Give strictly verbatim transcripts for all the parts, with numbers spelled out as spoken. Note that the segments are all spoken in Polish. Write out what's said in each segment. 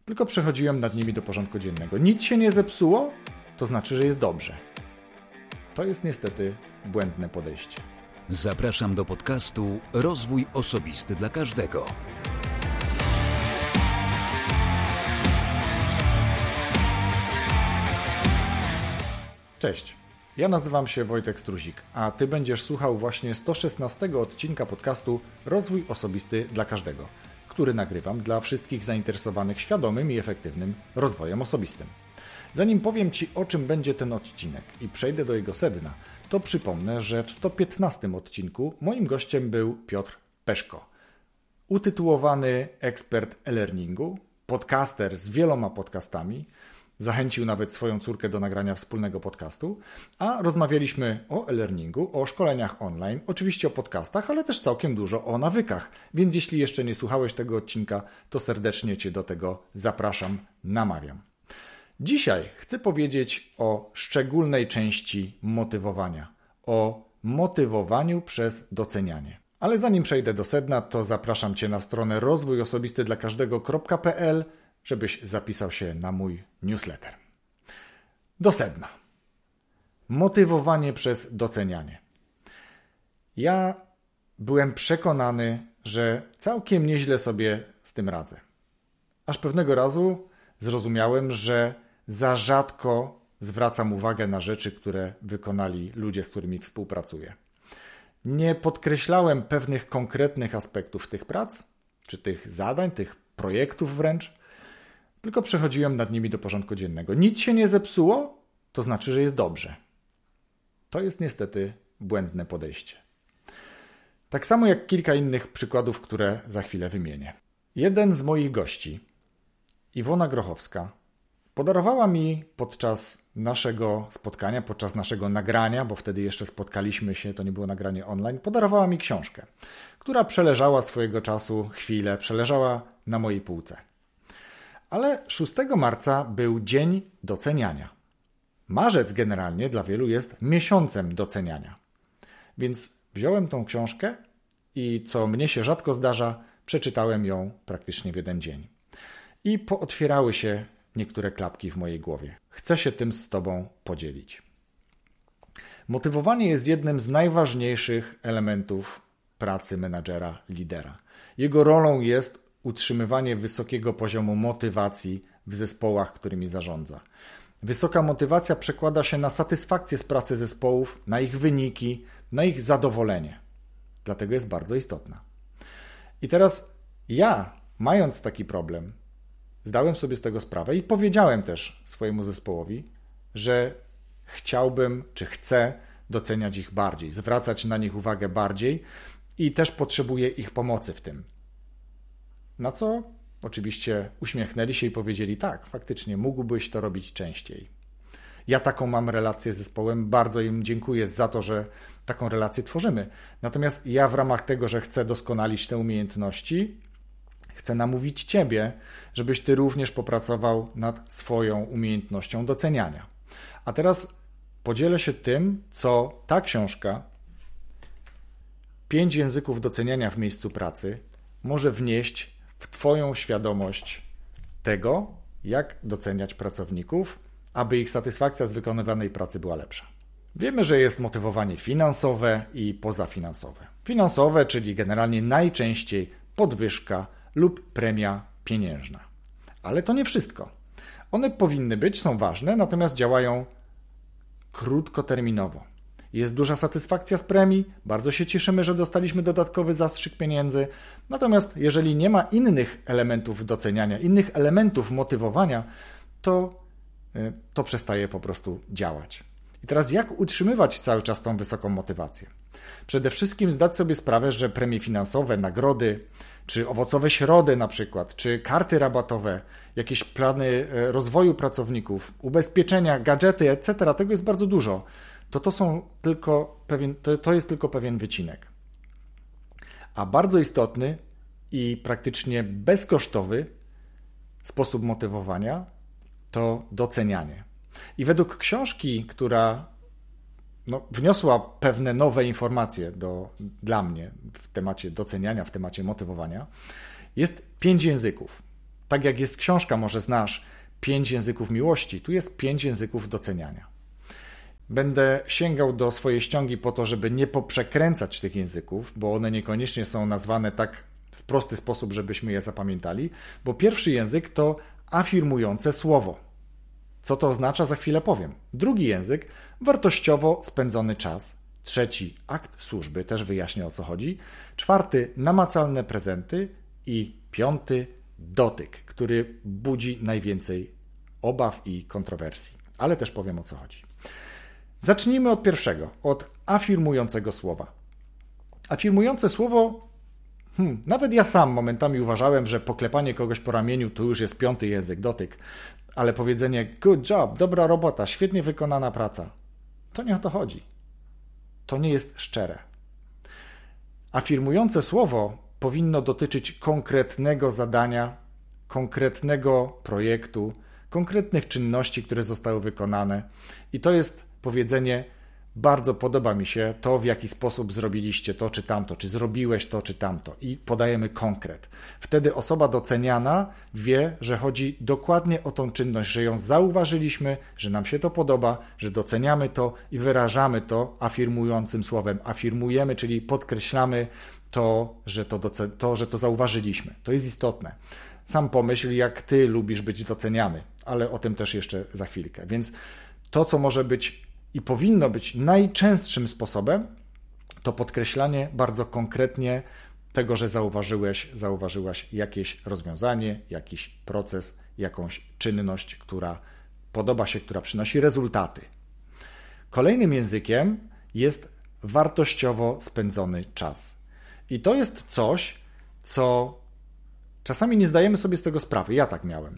tylko przechodziłem nad nimi do porządku dziennego. Nic się nie zepsuło, to znaczy, że jest dobrze. To jest niestety błędne podejście. Zapraszam do podcastu Rozwój Osobisty dla Każdego. Cześć, ja nazywam się Wojtek Struzik, a Ty będziesz słuchał właśnie sto szesnastego odcinka podcastu Rozwój Osobisty dla Każdego, który nagrywam dla wszystkich zainteresowanych świadomym i efektywnym rozwojem osobistym. Zanim powiem Ci, o czym będzie ten odcinek i przejdę do jego sedna, to przypomnę, że w sto piętnastym odcinku moim gościem był Piotr Peszko, utytułowany ekspert e-learningu, podcaster z wieloma podcastami, zachęcił nawet swoją córkę do nagrania wspólnego podcastu, a rozmawialiśmy o e-learningu, o szkoleniach online, oczywiście o podcastach, ale też całkiem dużo o nawykach, więc jeśli jeszcze nie słuchałeś tego odcinka, to serdecznie Cię do tego zapraszam, namawiam. Dzisiaj chcę powiedzieć o szczególnej części motywowania, o motywowaniu przez docenianie. Ale zanim przejdę do sedna, to zapraszam Cię na stronę rozwój osobisty dla każdego kropka pe el, żebyś zapisał się na mój newsletter. Do sedna. Motywowanie przez docenianie. Ja byłem przekonany, że całkiem nieźle sobie z tym radzę. Aż pewnego razu zrozumiałem, że za rzadko zwracam uwagę na rzeczy, które wykonali ludzie, z którymi współpracuję. Nie podkreślałem pewnych konkretnych aspektów tych prac, czy tych zadań, tych projektów wręcz, tylko przechodziłem nad nimi do porządku dziennego. Nic się nie zepsuło, to znaczy, że jest dobrze. To jest niestety błędne podejście. Tak samo jak kilka innych przykładów, które za chwilę wymienię. Jeden z moich gości, Iwona Grochowska, podarowała mi podczas naszego spotkania, podczas naszego nagrania, bo wtedy jeszcze spotkaliśmy się, to nie było nagranie online, podarowała mi książkę, która przeleżała swojego czasu chwilę, przeleżała na mojej półce. Ale szóstego marca był Dzień Doceniania. Marzec generalnie dla wielu jest miesiącem doceniania. Więc wziąłem tą książkę i, co mnie się rzadko zdarza, przeczytałem ją praktycznie w jeden dzień. I pootwierały się niektóre klapki w mojej głowie. Chcę się tym z Tobą podzielić. Motywowanie jest jednym z najważniejszych elementów pracy menadżera, lidera. Jego rolą jest utrzymywanie wysokiego poziomu motywacji w zespołach, którymi zarządza. Wysoka motywacja przekłada się na satysfakcję z pracy zespołów, na ich wyniki, na ich zadowolenie. Dlatego jest bardzo istotna. I teraz ja, mając taki problem, zdałem sobie z tego sprawę i powiedziałem też swojemu zespołowi, że chciałbym, czy chcę doceniać ich bardziej, zwracać na nich uwagę bardziej i też potrzebuję ich pomocy w tym. Na co oczywiście uśmiechnęli się i powiedzieli: tak, faktycznie mógłbyś to robić częściej. Ja taką mam relację z zespołem, bardzo im dziękuję za to, że taką relację tworzymy. Natomiast ja w ramach tego, że chcę doskonalić te umiejętności, chcę namówić Ciebie, żebyś Ty również popracował nad swoją umiejętnością doceniania. A teraz podzielę się tym, co ta książka Pięć języków doceniania w miejscu pracy może wnieść w Twoją świadomość tego, jak doceniać pracowników, aby ich satysfakcja z wykonywanej pracy była lepsza. Wiemy, że jest motywowanie finansowe i pozafinansowe. Finansowe, czyli generalnie najczęściej podwyżka lub premia pieniężna. Ale to nie wszystko. One powinny być, są ważne, natomiast działają krótkoterminowo. Jest duża satysfakcja z premii, bardzo się cieszymy, że dostaliśmy dodatkowy zastrzyk pieniędzy. Natomiast jeżeli nie ma innych elementów doceniania, innych elementów motywowania, to, to przestaje po prostu działać. I teraz jak utrzymywać cały czas tą wysoką motywację? Przede wszystkim zdać sobie sprawę, że premie finansowe, nagrody, czy owocowe środy na przykład, czy karty rabatowe, jakieś plany rozwoju pracowników, ubezpieczenia, gadżety, et cetera, tego jest bardzo dużo. To, to, są tylko pewien, to, to jest tylko pewien wycinek. A bardzo istotny i praktycznie bezkosztowy sposób motywowania to docenianie. I według książki, która no, wniosła pewne nowe informacje do, dla mnie w temacie doceniania, w temacie motywowania, jest pięć języków. Tak jak jest książka, może znasz pięć języków miłości, tu jest pięć języków doceniania. Będę sięgał do swojej ściągi po to, żeby nie poprzekręcać tych języków, bo one niekoniecznie są nazwane tak w prosty sposób, żebyśmy je zapamiętali, bo pierwszy język to afirmujące słowo. Co to oznacza, za chwilę powiem. Drugi język, wartościowo spędzony czas. Trzeci, akt służby, też wyjaśnię, o co chodzi. Czwarty, namacalne prezenty. I piąty, dotyk, który budzi najwięcej obaw i kontrowersji. Ale też powiem, o co chodzi. Zacznijmy od pierwszego, od afirmującego słowa. Afirmujące słowo, hmm, nawet ja sam momentami uważałem, że poklepanie kogoś po ramieniu to już jest piąty język, dotyk. Ale powiedzenie good job, dobra robota, świetnie wykonana praca, to nie o to chodzi. To nie jest szczere. Afirmujące słowo powinno dotyczyć konkretnego zadania, konkretnego projektu, konkretnych czynności, które zostały wykonane. I to jest powiedzenie, bardzo podoba mi się to, w jaki sposób zrobiliście to czy tamto, czy zrobiłeś to czy tamto. I podajemy konkret. Wtedy osoba doceniana wie, że chodzi dokładnie o tą czynność, że ją zauważyliśmy, że nam się to podoba, że doceniamy to i wyrażamy to afirmującym słowem. Afirmujemy, czyli podkreślamy to, że to, doce- to, że to zauważyliśmy. To jest istotne. Sam pomyśl, jak ty lubisz być doceniany, ale o tym też jeszcze za chwilkę. Więc to, co może być i powinno być najczęstszym sposobem, to podkreślanie bardzo konkretnie tego, że zauważyłeś, zauważyłaś jakieś rozwiązanie, jakiś proces, jakąś czynność, która podoba się, która przynosi rezultaty. Kolejnym językiem jest wartościowo spędzony czas. I to jest coś, co czasami nie zdajemy sobie z tego sprawy. Ja tak miałem.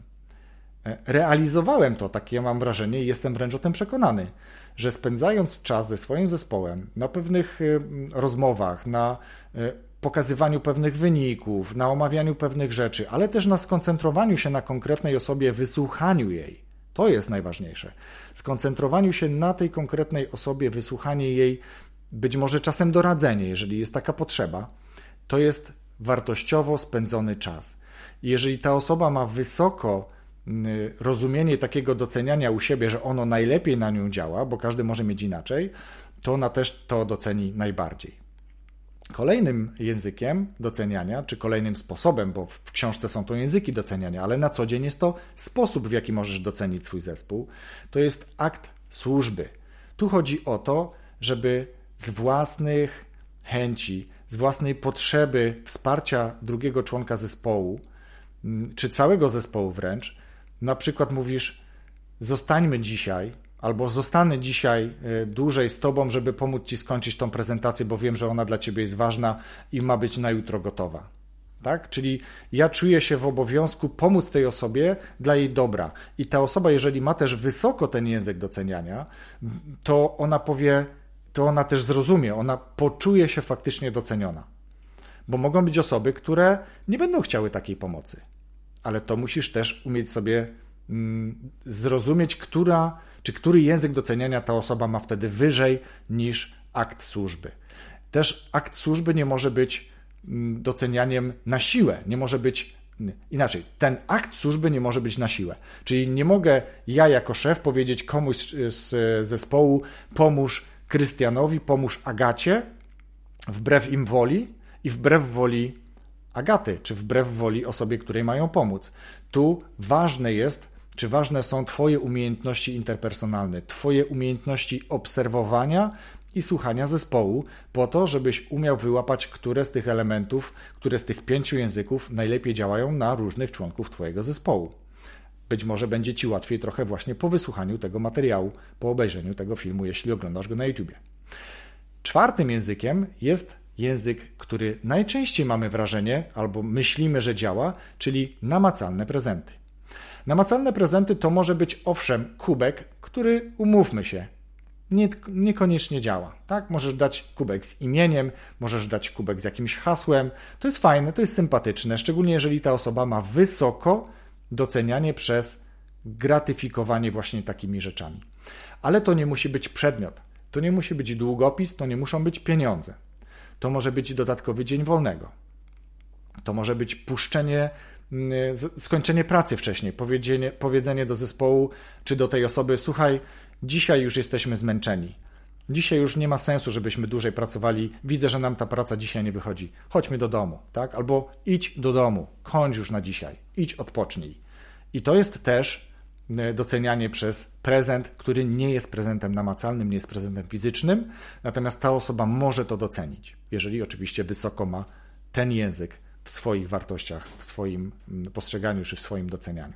Realizowałem to, takie mam wrażenie i jestem wręcz o tym przekonany, że spędzając czas ze swoim zespołem na pewnych rozmowach, na pokazywaniu pewnych wyników, na omawianiu pewnych rzeczy, ale też na skoncentrowaniu się na konkretnej osobie, wysłuchaniu jej, to jest najważniejsze. Skoncentrowaniu się na tej konkretnej osobie, wysłuchanie jej, być może czasem doradzenie, jeżeli jest taka potrzeba, to jest wartościowo spędzony czas. I jeżeli ta osoba ma wysoko rozumienie takiego doceniania u siebie, że ono najlepiej na nią działa, bo każdy może mieć inaczej, to ona też to doceni najbardziej. Kolejnym językiem doceniania, czy kolejnym sposobem, bo w książce są to języki doceniania, ale na co dzień jest to sposób, w jaki możesz docenić swój zespół, to jest akt służby. Tu chodzi o to, żeby z własnych chęci, z własnej potrzeby wsparcia drugiego członka zespołu, czy całego zespołu wręcz, na przykład mówisz, zostańmy dzisiaj, albo zostanę dzisiaj dłużej z tobą, żeby pomóc ci skończyć tą prezentację, bo wiem, że ona dla ciebie jest ważna i ma być na jutro gotowa. Tak? Czyli ja czuję się w obowiązku pomóc tej osobie dla jej dobra. I ta osoba, jeżeli ma też wysoko ten język doceniania, to ona powie, to ona też zrozumie, ona poczuje się faktycznie doceniona. Bo mogą być osoby, które nie będą chciały takiej pomocy. Ale to musisz też umieć sobie mm, zrozumieć, która, czy który język doceniania ta osoba ma wtedy wyżej niż akt służby. Też akt służby nie może być mm, docenianiem na siłę, nie może być inaczej. Ten akt służby nie może być na siłę. Czyli nie mogę ja jako szef powiedzieć komuś z, z zespołu pomóż Krystianowi, pomóż Agacie wbrew im woli i wbrew woli Agaty, czy wbrew woli osobie, której mają pomóc. Tu ważne jest, czy ważne są twoje umiejętności interpersonalne, twoje umiejętności obserwowania i słuchania zespołu, po to, żebyś umiał wyłapać, które z tych elementów, które z tych pięciu języków najlepiej działają na różnych członków twojego zespołu. Być może będzie ci łatwiej trochę właśnie po wysłuchaniu tego materiału, po obejrzeniu tego filmu, jeśli oglądasz go na YouTubie. Czwartym językiem jest język, który najczęściej mamy wrażenie albo myślimy, że działa, czyli namacalne prezenty. Namacalne prezenty to może być owszem kubek, który, umówmy się, nie, niekoniecznie działa. Tak? Możesz dać kubek z imieniem, możesz dać kubek z jakimś hasłem. To jest fajne, to jest sympatyczne, szczególnie jeżeli ta osoba ma wysoko docenianie przez gratyfikowanie właśnie takimi rzeczami. Ale to nie musi być przedmiot, to nie musi być długopis, to nie muszą być pieniądze. To może być dodatkowy dzień wolnego. To może być puszczenie skończenie pracy wcześniej, powiedzenie, powiedzenie do zespołu czy do tej osoby: słuchaj, dzisiaj już jesteśmy zmęczeni. Dzisiaj już nie ma sensu, żebyśmy dłużej pracowali. Widzę, że nam ta praca dzisiaj nie wychodzi. Chodźmy do domu, tak? Albo idź do domu, kończ już na dzisiaj, idź odpocznij. I to jest też docenianie przez prezent, który nie jest prezentem namacalnym, nie jest prezentem fizycznym, natomiast ta osoba może to docenić, jeżeli oczywiście wysoko ma ten język w swoich wartościach, w swoim postrzeganiu czy w swoim docenianiu.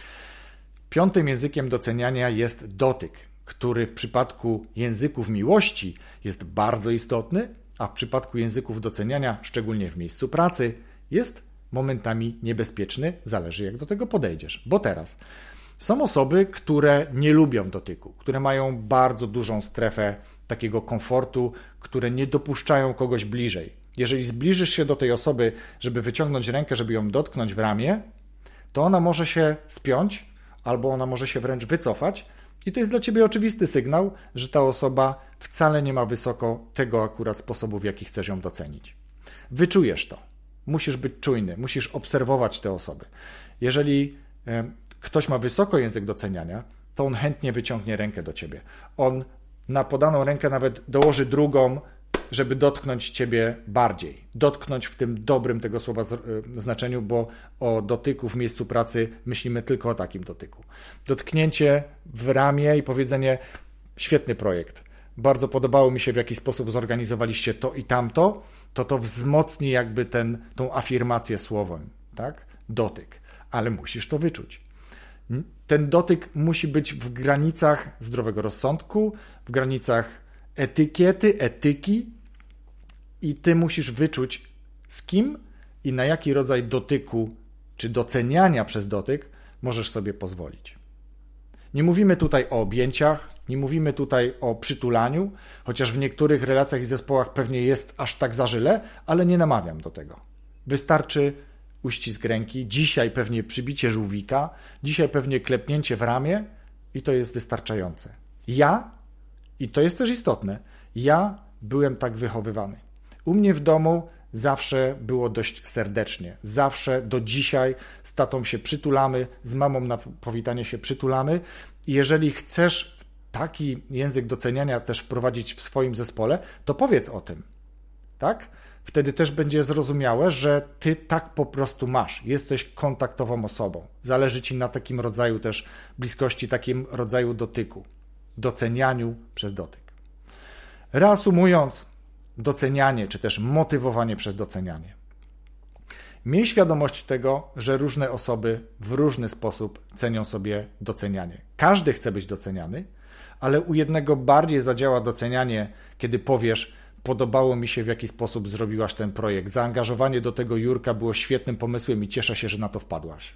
Piątym językiem doceniania jest dotyk, który w przypadku języków miłości jest bardzo istotny, a w przypadku języków doceniania, szczególnie w miejscu pracy, jest momentami niebezpieczny, zależy jak do tego podejdziesz. Bo teraz są osoby, które nie lubią dotyku, które mają bardzo dużą strefę takiego komfortu, które nie dopuszczają kogoś bliżej. Jeżeli zbliżysz się do tej osoby, żeby wyciągnąć rękę, żeby ją dotknąć w ramię, to ona może się spiąć albo ona może się wręcz wycofać i to jest dla ciebie oczywisty sygnał, że ta osoba wcale nie ma wysoko tego akurat sposobu, w jaki chcesz ją docenić. Wyczujesz to. Musisz być czujny, musisz obserwować te osoby. Jeżeli ktoś ma wysoko język doceniania, to on chętnie wyciągnie rękę do ciebie. On na podaną rękę nawet dołoży drugą, żeby dotknąć ciebie bardziej. Dotknąć w tym dobrym tego słowa znaczeniu, bo o dotyku w miejscu pracy myślimy tylko o takim dotyku. Dotknięcie w ramię i powiedzenie: świetny projekt, bardzo podobało mi się, w jaki sposób zorganizowaliście to i tamto, to to wzmocni jakby ten, tą afirmację słowem, tak? Dotyk, ale musisz to wyczuć. Ten dotyk musi być w granicach zdrowego rozsądku, w granicach etykiety, etyki i ty musisz wyczuć, z kim i na jaki rodzaj dotyku czy doceniania przez dotyk możesz sobie pozwolić. Nie mówimy tutaj o objęciach, nie mówimy tutaj o przytulaniu, chociaż w niektórych relacjach i zespołach pewnie jest aż tak zażyle, ale nie namawiam do tego. Wystarczy uścisk ręki, dzisiaj pewnie przybicie żółwika, dzisiaj pewnie klepnięcie w ramię i to jest wystarczające. Ja, i to jest też istotne, ja byłem tak wychowywany. U mnie w domu zawsze było dość serdecznie. Zawsze do dzisiaj z tatą się przytulamy, z mamą na powitanie się przytulamy. I jeżeli chcesz taki język doceniania też wprowadzić w swoim zespole, to powiedz o tym. Tak? Wtedy też będzie zrozumiałe, że ty tak po prostu masz. Jesteś kontaktową osobą. Zależy ci na takim rodzaju też bliskości, takim rodzaju dotyku. Docenianiu przez dotyk. Reasumując, docenianie, czy też motywowanie przez docenianie. Miej świadomość tego, że różne osoby w różny sposób cenią sobie docenianie. Każdy chce być doceniany, ale u jednego bardziej zadziała docenianie, kiedy powiesz: podobało mi się, w jaki sposób zrobiłaś ten projekt. Zaangażowanie do tego Jurka było świetnym pomysłem i cieszę się, że na to wpadłaś.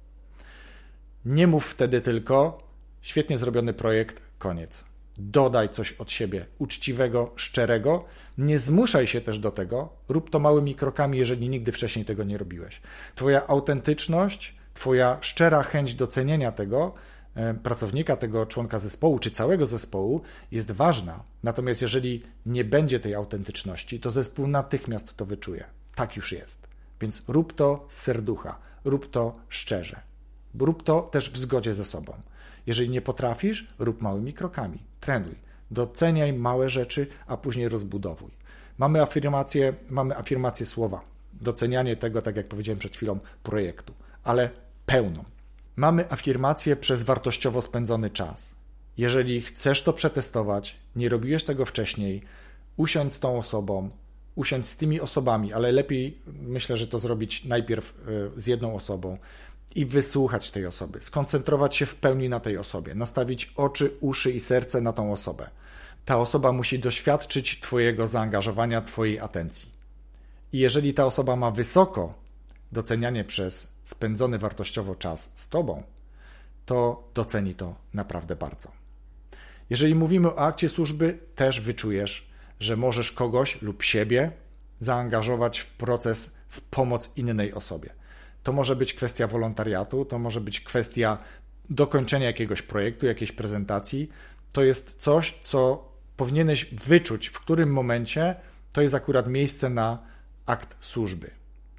Nie mów wtedy tylko: świetnie zrobiony projekt, koniec. Dodaj coś od siebie, uczciwego, szczerego. Nie zmuszaj się też do tego. Rób to małymi krokami, jeżeli nigdy wcześniej tego nie robiłeś. Twoja autentyczność, twoja szczera chęć docenienia tego e, pracownika, tego członka zespołu, czy całego zespołu jest ważna. Natomiast jeżeli nie będzie tej autentyczności, to zespół natychmiast to wyczuje. Tak już jest. Więc rób to z serducha. Rób to szczerze. Rób to też w zgodzie ze sobą. Jeżeli nie potrafisz, rób małymi krokami. Trenuj. Doceniaj małe rzeczy, a później rozbudowuj. Mamy afirmację, mamy afirmację słowa. Docenianie tego, tak jak powiedziałem przed chwilą, projektu, ale pełną. Mamy afirmację przez wartościowo spędzony czas. Jeżeli chcesz to przetestować, nie robiłeś tego wcześniej, usiądź z tą osobą, usiądź z tymi osobami, ale lepiej myślę, że to zrobić najpierw z jedną osobą i wysłuchać tej osoby, skoncentrować się w pełni na tej osobie, nastawić oczy, uszy i serce na tą osobę. Ta osoba musi doświadczyć twojego zaangażowania, twojej atencji. I jeżeli ta osoba ma wysoko docenianie przez spędzony wartościowo czas z tobą, to doceni to naprawdę bardzo. Jeżeli mówimy o akcie służby, też wyczujesz, że możesz kogoś lub siebie zaangażować w proces, w pomoc innej osobie. To może być kwestia wolontariatu, to może być kwestia dokończenia jakiegoś projektu, jakiejś prezentacji. To jest coś, co powinieneś wyczuć, w którym momencie to jest akurat miejsce na akt służby.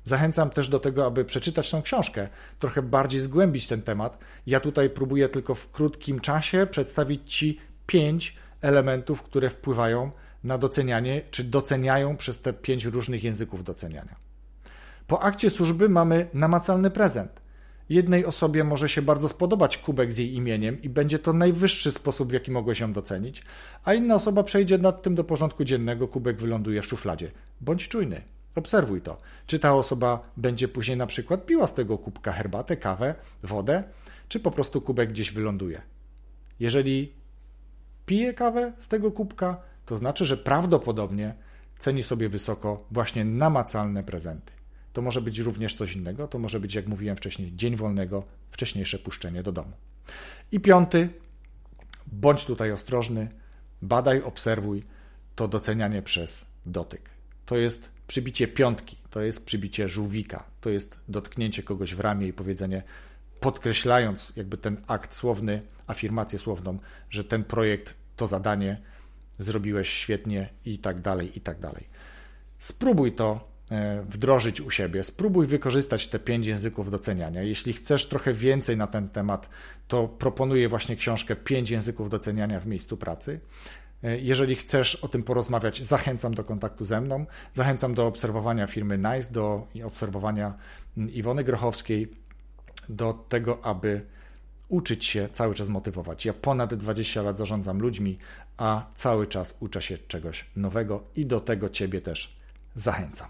Zachęcam też do tego, aby przeczytać tą książkę, trochę bardziej zgłębić ten temat. Ja tutaj próbuję tylko w krótkim czasie przedstawić Ci pięć elementów, które wpływają na docenianie, czy doceniają przez te pięć różnych języków doceniania. Po akcie służby mamy namacalny prezent. Jednej osobie może się bardzo spodobać kubek z jej imieniem i będzie to najwyższy sposób, w jaki mogłeś ją docenić, a inna osoba przejdzie nad tym do porządku dziennego, kubek wyląduje w szufladzie. Bądź czujny, obserwuj to. Czy ta osoba będzie później na przykład piła z tego kubka herbatę, kawę, wodę, czy po prostu kubek gdzieś wyląduje. Jeżeli pije kawę z tego kubka, to znaczy, że prawdopodobnie ceni sobie wysoko właśnie namacalne prezenty. To może być również coś innego, to może być, jak mówiłem wcześniej, dzień wolnego, wcześniejsze puszczenie do domu. I piąty, bądź tutaj ostrożny, badaj, obserwuj to docenianie przez dotyk. To jest przybicie piątki, to jest przybicie żółwika, to jest dotknięcie kogoś w ramię i powiedzenie, podkreślając jakby ten akt słowny, afirmację słowną, że ten projekt, to zadanie zrobiłeś świetnie i tak dalej, i tak dalej. Spróbuj to wdrożyć u siebie, spróbuj wykorzystać te pięć języków doceniania. Jeśli chcesz trochę więcej na ten temat, to proponuję właśnie książkę pięć języków doceniania w miejscu pracy. Jeżeli chcesz o tym porozmawiać, zachęcam do kontaktu ze mną, zachęcam do obserwowania firmy NICE, do obserwowania Iwony Grochowskiej, do tego, aby uczyć się, cały czas motywować. Ja ponad dwadzieścia lat zarządzam ludźmi, a cały czas uczę się czegoś nowego i do tego Ciebie też zachęcam.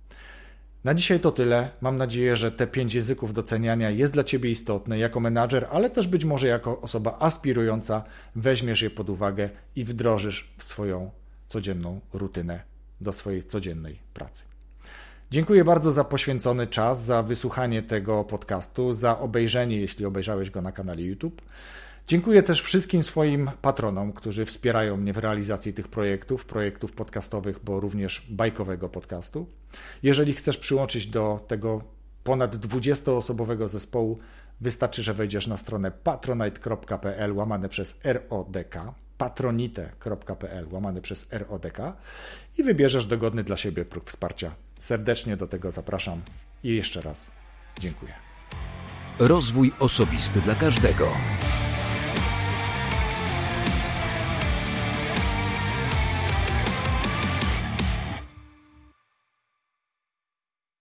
Na dzisiaj to tyle. Mam nadzieję, że te pięć języków doceniania jest dla Ciebie istotne jako menadżer, ale też być może jako osoba aspirująca weźmiesz je pod uwagę i wdrożysz w swoją codzienną rutynę do swojej codziennej pracy. Dziękuję bardzo za poświęcony czas, za wysłuchanie tego podcastu, za obejrzenie, jeśli obejrzałeś go na kanale YouTube. Dziękuję też wszystkim swoim patronom, którzy wspierają mnie w realizacji tych projektów, projektów podcastowych, bo również bajkowego podcastu. Jeżeli chcesz przyłączyć do tego ponad dwudziestoosobowego zespołu, wystarczy, że wejdziesz na stronę patronite.pl łamane przez RODK, patronite.pl łamane przez RODK i wybierzesz dogodny dla siebie próg wsparcia. Serdecznie do tego zapraszam i jeszcze raz dziękuję. Rozwój osobisty dla każdego.